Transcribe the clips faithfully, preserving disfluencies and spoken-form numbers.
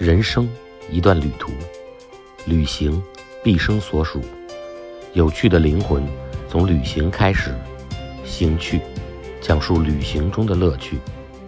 人生一段旅途，旅行毕生所属。有趣的灵魂从旅行开始，行去，讲述旅行中的乐趣。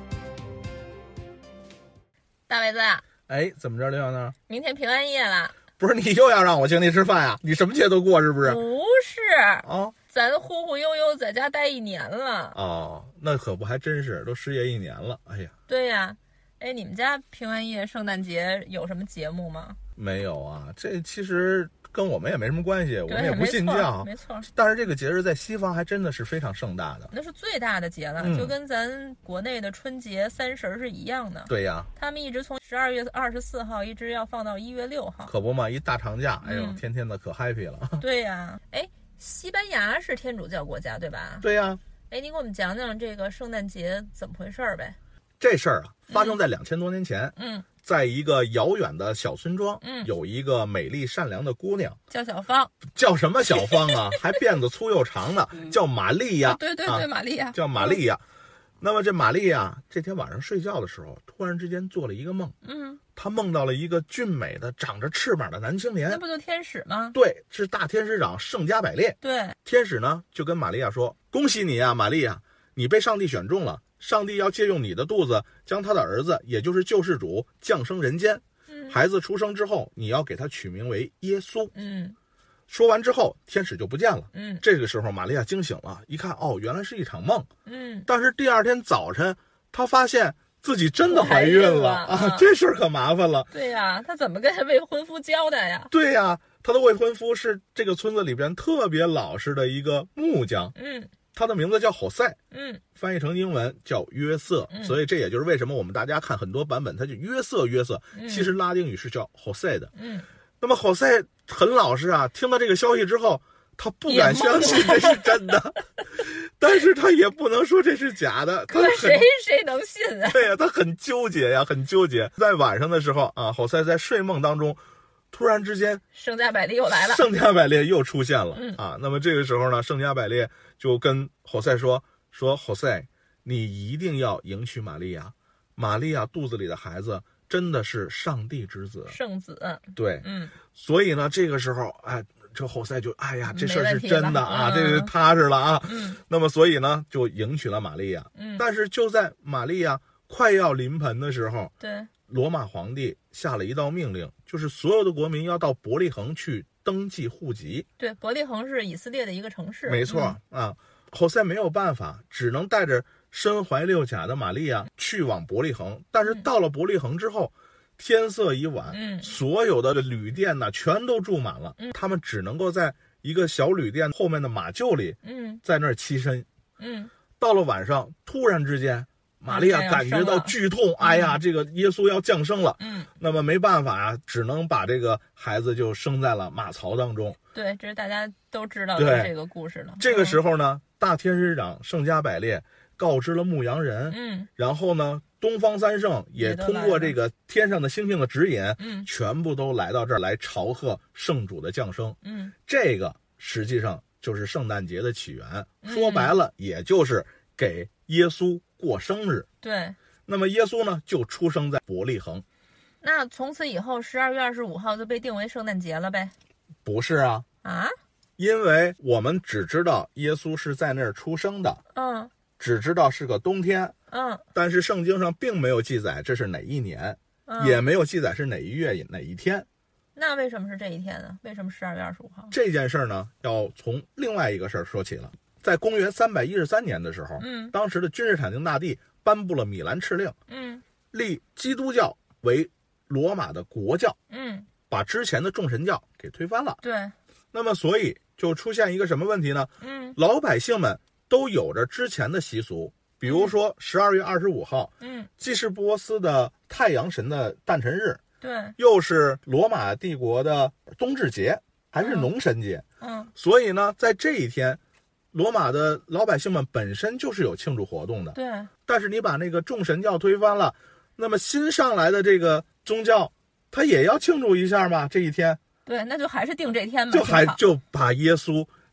大伟子， 哎，怎么着，刘小呢？ 明天平安夜了。 不是你又要让我请你吃饭呀？你什么节都过是不是？ 不是啊， 咱忽忽悠悠在家待一年了。 哦，那可不还真是，都失业一年了。哎呀， 对呀，哎，你们家平安夜、圣诞节有什么节目吗？ 没有啊，这其实跟我们也没什么关系，我们也不信教， 没错。 但是这个节日在西方还真的是非常盛大的， 那是最大的节了， 嗯、 就跟咱国内的春节三十是一样的。 对呀， 他们一直从十二月二十四号一直要放到一月六号， 可不嘛，一大长假，哎呦， 嗯、 天天的可 happy 了。 对呀，哎，西班牙是天主教国家对吧？ 对呀。 哎，你给我们讲讲这个圣诞节怎么回事呗？ 这事儿啊，发生在两千多年前。 嗯。 在一个遥远的小村庄， 嗯， 有一个美丽善良的姑娘， 叫小芳。 叫什么小芳啊？还辫子粗又长呢，叫玛利亚。 啊、对对对， 啊、 玛利亚， 叫玛利亚。嗯、那么这玛利亚这天晚上睡觉的时候，突然之间做了一个梦。 嗯， 她梦到了一个俊美的、长着翅膀的男青年。 那不就天使吗？ 对，是大天使长圣加百列。 对， 天使呢就跟玛利亚说：“恭喜你啊，玛利亚，你被上帝选中了。上帝要借用你的肚子，将他的儿子，也就是救世主降生人间。”孩子出生之后，你要给他取名为耶稣。 嗯， 说完之后，天使就不见了。 嗯， 这个时候玛利亚惊醒了，一看，哦，原来是一场梦。 嗯， 但是第二天早晨，她发现自己真的怀孕了, 孕了啊！这事儿可麻烦了。 对呀，她怎么跟未婚夫交代呀？ 对呀，她的未婚夫是这个村子里边特别老实的一个木匠。 嗯。 他的名字叫侯塞， 嗯， 翻译成英文叫约瑟， 嗯、 所以这也就是为什么我们大家看很多版本，它就约瑟约瑟， 嗯、 其实拉丁语是叫侯塞的。 嗯， 那么侯塞很老实啊，听到这个消息之后，他不敢相信这是真的，但是他也不能说这是假的。 可谁谁能信啊？ 对呀、啊，他很纠结呀，很纠结。在晚上的时候啊，侯塞在睡梦当中。突然之间， 圣加百列又来了。 圣加百列又出现了、 嗯、 啊！那么这个时候呢，圣加百列就跟侯塞说：“说侯塞，你一定要迎娶玛利亚。玛利亚肚子里的孩子真的是上帝之子， 圣子。 对， 嗯。 所以呢，这个时候，哎，这侯塞就，哎呀，这事儿是真的啊， 嗯、 这个踏实了啊。 嗯。 那么，所以呢，就迎娶了玛利亚。 嗯。 但是就在玛利亚快要临盆的时候， 对。 罗马皇帝下了一道命令，就是所有的国民要到伯利恒去登记户籍。 对，伯利恒是以色列的一个城市。 没错、嗯、啊，侯塞没有办法，只能带着身怀六甲的玛利亚去往伯利恒。但是到了伯利恒之后，嗯、天色已晚， 嗯， 所有的旅店呢全都住满了， 嗯， 他们只能够在一个小旅店后面的马厩里， 嗯， 在那儿栖身。 嗯， 到了晚上，突然之间。玛利亚感觉到剧痛，哎呀，这个耶稣要降生了。 嗯， 那么没办法啊，只能把这个孩子就生在了马槽当中。 对，这是大家都知道的这个故事了。 这个时候呢，大天使长圣加百列告知了牧羊人， 嗯， 然后呢，东方三圣也通过这个天上的星星的指引， 嗯， 全部都来到这儿来朝贺圣主的降生。 嗯， 这个实际上就是圣诞节的起源， 嗯、 说白了，也就是给耶稣过生日。 对， 那么耶稣呢就出生在伯利恒。 那从此以后十二月二十五号就被定为圣诞节了呗？ 不是啊。 啊？ 因为我们只知道耶稣是在那儿出生的， 嗯， 只知道是个冬天， 嗯， 但是圣经上并没有记载这是哪一年， 嗯， 也没有记载是哪一月哪一天。 那为什么是这一天呢？为什么十二月二十五号？ 这件事呢要从另外一个事儿说起了。在公元三百一十三年的时候， 嗯， 当时的君士坦丁大帝颁布了米兰敕令， 嗯， 立基督教为罗马的国教， 嗯， 把之前的众神教给推翻了。 对， 那么所以就出现一个什么问题呢？ 嗯， 老百姓们都有着之前的习俗，比如说十二月二十五号， 嗯， 既是波斯的太阳神的诞辰日， 对， 又是罗马帝国的冬至节，还是农神节， 嗯， 所以呢，在这一天。罗马的老百姓们本身就是有庆祝活动的， 对。 但是你把那个众神教推翻了，那么新上来的这个宗教，他也要庆祝一下嘛，这一天。 对，那就还是定这天吧。 就还就把耶稣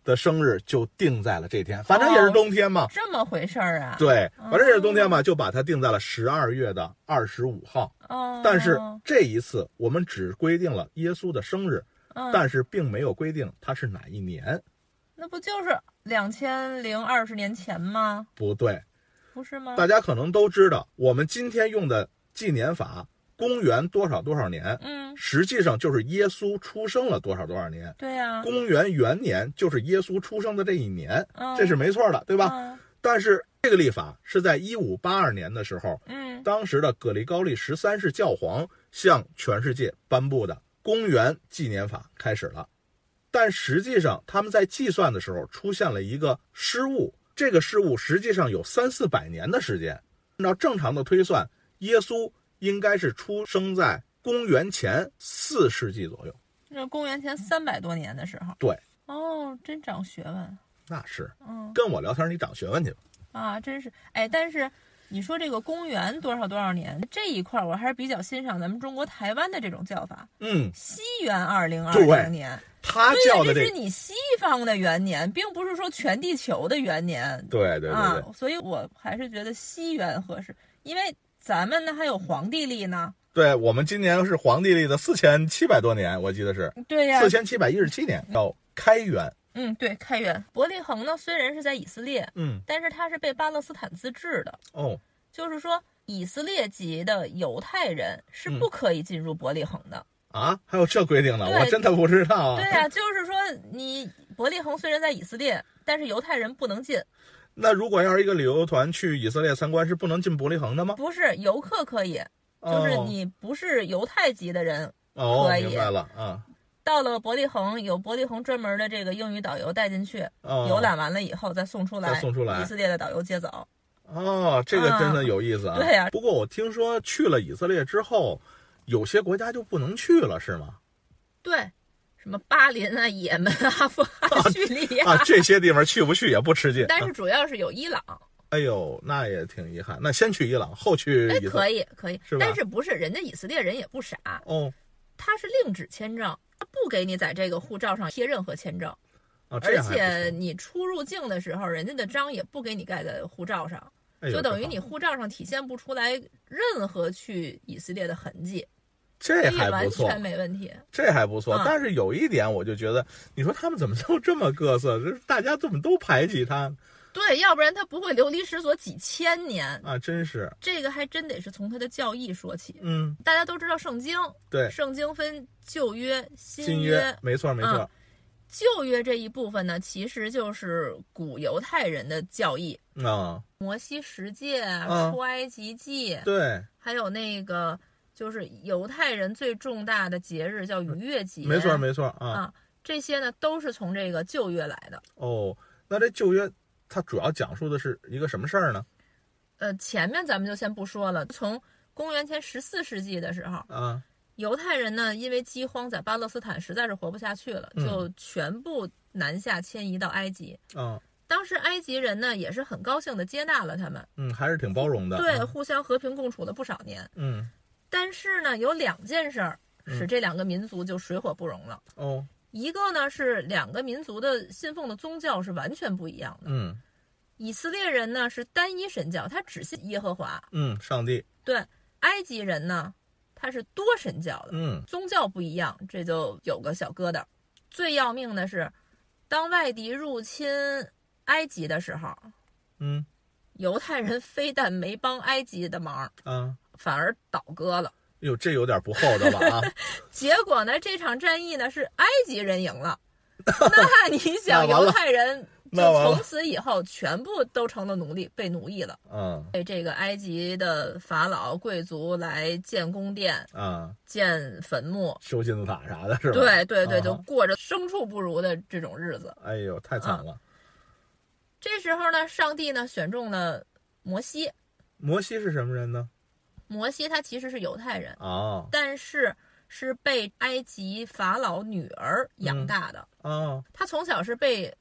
的生日就定在了这天，反正也是冬天嘛。 哦、这么回事儿啊？ 对，反正也是冬天嘛，就把它定在了十二月的二十五号。 哦。 但是这一次我们只规定了耶稣的生日， 嗯、 但是并没有规定他是哪一年。 那不就是两千零二十年前吗？ 不对。 不是吗？ 大家可能都知道，我们今天用的纪年法，公元多少多少年， 嗯， 实际上就是耶稣出生了多少多少年。 对呀、啊， 公元元年就是耶稣出生的这一年， 嗯、 这是没错的，对吧？ 嗯、 但是这个历法是在一五八二年的时候， 嗯， 当时的葛利高利十三世教皇向全世界颁布的公元纪年法开始了，但实际上他们在计算的时候出现了一个失误。这个失误实际上有三四百年的时间，按照正常的推算，耶稣应该是出生在公元前四世纪左右， 那公元前三百多年的时候。 对， 哦，真长学问。 那是， 嗯， 跟我聊天你长学问去吧。 啊，真是，哎，但是你说这个公元多少多少年这一块，我还是比较欣赏咱们中国台湾的这种叫法。 嗯， 西元二零二零年。 他叫的这是你西方的元年，并不是说全地球的元年。 对对对对、 啊，所以我还是觉得西元合适，因为咱们呢还有黄帝历呢。 对，我们今年是黄帝历的四千七百多年，我记得是。 对呀， 四千七百一十七年到开元。 嗯，对，开元。伯利恒呢虽然是在以色列， 嗯， 但是它是被巴勒斯坦自治的。 哦， 就是说以色列籍的犹太人是不可以进入伯利恒的。 嗯啊，还有这规定呢？我真的不知道啊。 对呀、啊，就是说你伯利恒虽然在以色列，但是犹太人不能进。 那如果要是一个旅游团去以色列参观，是不能进伯利恒的吗？ 不是，游客可以， 哦、 就是你不是犹太籍的人可以。 哦，明白了啊。 到了伯利恒，有伯利恒专门的这个英语导游带进去， 哦、 游览完了以后再送出来， 再送出来， 以色列的导游接走。 哦，这个真的有意思啊。 啊对呀、啊。 不过我听说去了以色列之后，有些国家就不能去了，是吗？ 对，什么巴林啊、也门、阿富汗、叙利亚啊，这些地方去不去也不吃劲。 但是主要是有伊朗。 哎呦，那也挺遗憾。那先去伊朗，后去以色列。 哎，可以，可以， 是吧？ 但是不是人家以色列人也不傻哦， 他是另指签证，他不给你在这个护照上贴任何签证。 啊，这样而且你出入境的时候，人家的章也不给你盖在护照上， 哎、 就等于你护照上体现不出来任何去以色列的痕迹。 这还不错， 完全没问题。 这还不错、 嗯， 但是有一点我就觉得，你说他们怎么就这么各色？这大家怎么都排挤他？ 对，要不然他不会流离失所几千年啊！真是， 这个还真得是从他的教义说起。 嗯， 大家都知道圣经， 对， 圣经分旧约、新约， 新约没错没错、 嗯。旧约这一部分呢，其实就是古犹太人的教义啊， 摩西十诫、 啊、 出埃及记， 对， 还有那个。就是犹太人最重大的节日叫逾越节， 没错没错 啊, 啊，这些呢都是从这个旧约来的。 哦，那这旧约它主要讲述的是一个什么事儿呢？ 呃，前面咱们就先不说了。从公元前十四世纪的时候， 啊， 犹太人呢因为饥荒在巴勒斯坦实在是活不下去了， 嗯、 就全部南下迁移到埃及。 啊， 当时埃及人呢也是很高兴的接纳了他们， 嗯，还是挺包容的， 对， 啊、 互相和平共处了不少年， 嗯。 但是呢，有两件事儿使这两个民族就水火不容了。 哦， 一个呢是两个民族的信奉的宗教是完全不一样的。 嗯， 以色列人呢是单一神教，他只信耶和华。 嗯，上帝。 对，埃及人呢他是多神教的。 嗯， 宗教不一样，这就有个小疙瘩。最要命的是，当外敌入侵埃及的时候， 嗯， 犹太人非但没帮埃及的忙啊。 反而倒戈了， 哟，这有点不厚道了啊！ 结果呢，这场战役呢是埃及人赢了。那你想，犹太人就从此以后全部都成了奴隶，被奴役了。 嗯， 被这个埃及的法老贵族来建宫殿啊， 建坟墓、 修金字塔啥的，是吧？ 对对对， 啊、 就过着牲畜不如的这种日子。 哎呦，太惨了、啊！ 这时候呢，上帝呢选中了摩西。 摩西是什么人呢？ 摩西他其实是犹太人哦， 但是是被埃及法老女儿养大的。 哦， 他从小是被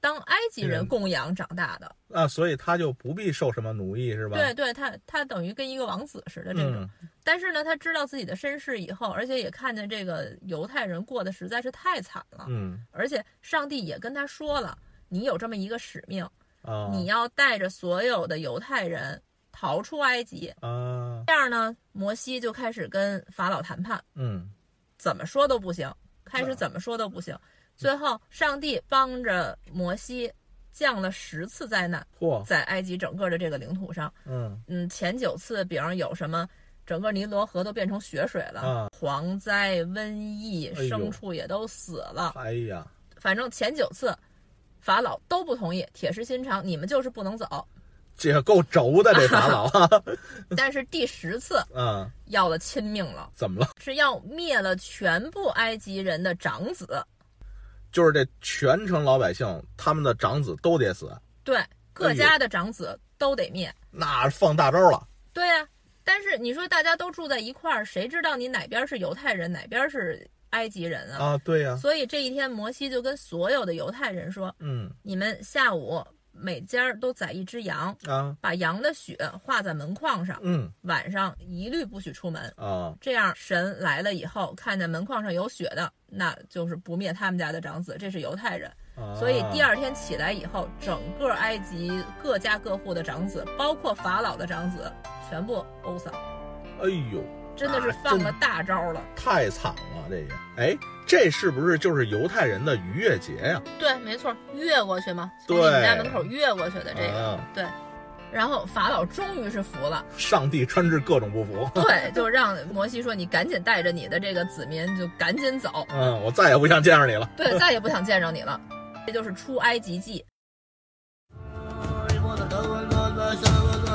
当埃及人供养长大的、 嗯、啊，所以他就不必受什么奴役，是吧？ 对对，他他等于跟一个王子似的这种、 嗯。 但是呢，他知道自己的身世以后，而且也看见这个犹太人过得实在是太惨了。 嗯， 而且上帝也跟他说了，你有这么一个使命， 啊， 你要带着所有的犹太人逃出埃及。 啊， 这样呢，摩西就开始跟法老谈判。 嗯， 怎么说都不行，开始怎么说都不行。最后，上帝帮着摩西降了十次灾难，在埃及整个的这个领土上。 嗯嗯，前九次，比方有什么，整个尼罗河都变成血水了， 啊、 蝗灾、瘟疫，牲畜也都死了。 哎呀， 反正前九次，法老都不同意，铁石心肠，你们就是不能走。 这够轴的这法老啊！ 但是第十次， 嗯， 要了亲命了。 怎么了？ 是要灭了全部埃及人的长子。 就是这全城老百姓，他们的长子都得死。 对，各家的长子都得灭。 那放大招了。 对呀、啊，但是你说大家都住在一块儿，谁知道你哪边是犹太人，哪边是埃及人啊？ 啊，对呀、啊。 所以这一天，摩西就跟所有的犹太人说：“ 嗯， 你们下午每家都宰一只羊啊， 把羊的血画在门框上， 嗯， 晚上一律不许出门啊。 这样神来了以后，看见门框上有血的，那就是不灭他们家的长子，这是犹太人。 啊、 所以第二天起来以后，整个埃及各家各户的长子，包括法老的长子，全部殴扫。 哎呦， 真的是放了大招了， 太惨了这个。哎，这是不是就是犹太人的逾越节呀、啊？ 对，没错，越过去嘛，从你们家门口越过去的这个， 啊、 对。然后法老终于是服了， 上帝穿至各种不服， 对，就让摩西说：“你赶紧带着你的这个子民，就赶紧走。” 嗯，我再也不想见着你了。 对，再也不想见着你了。这就是出埃及记。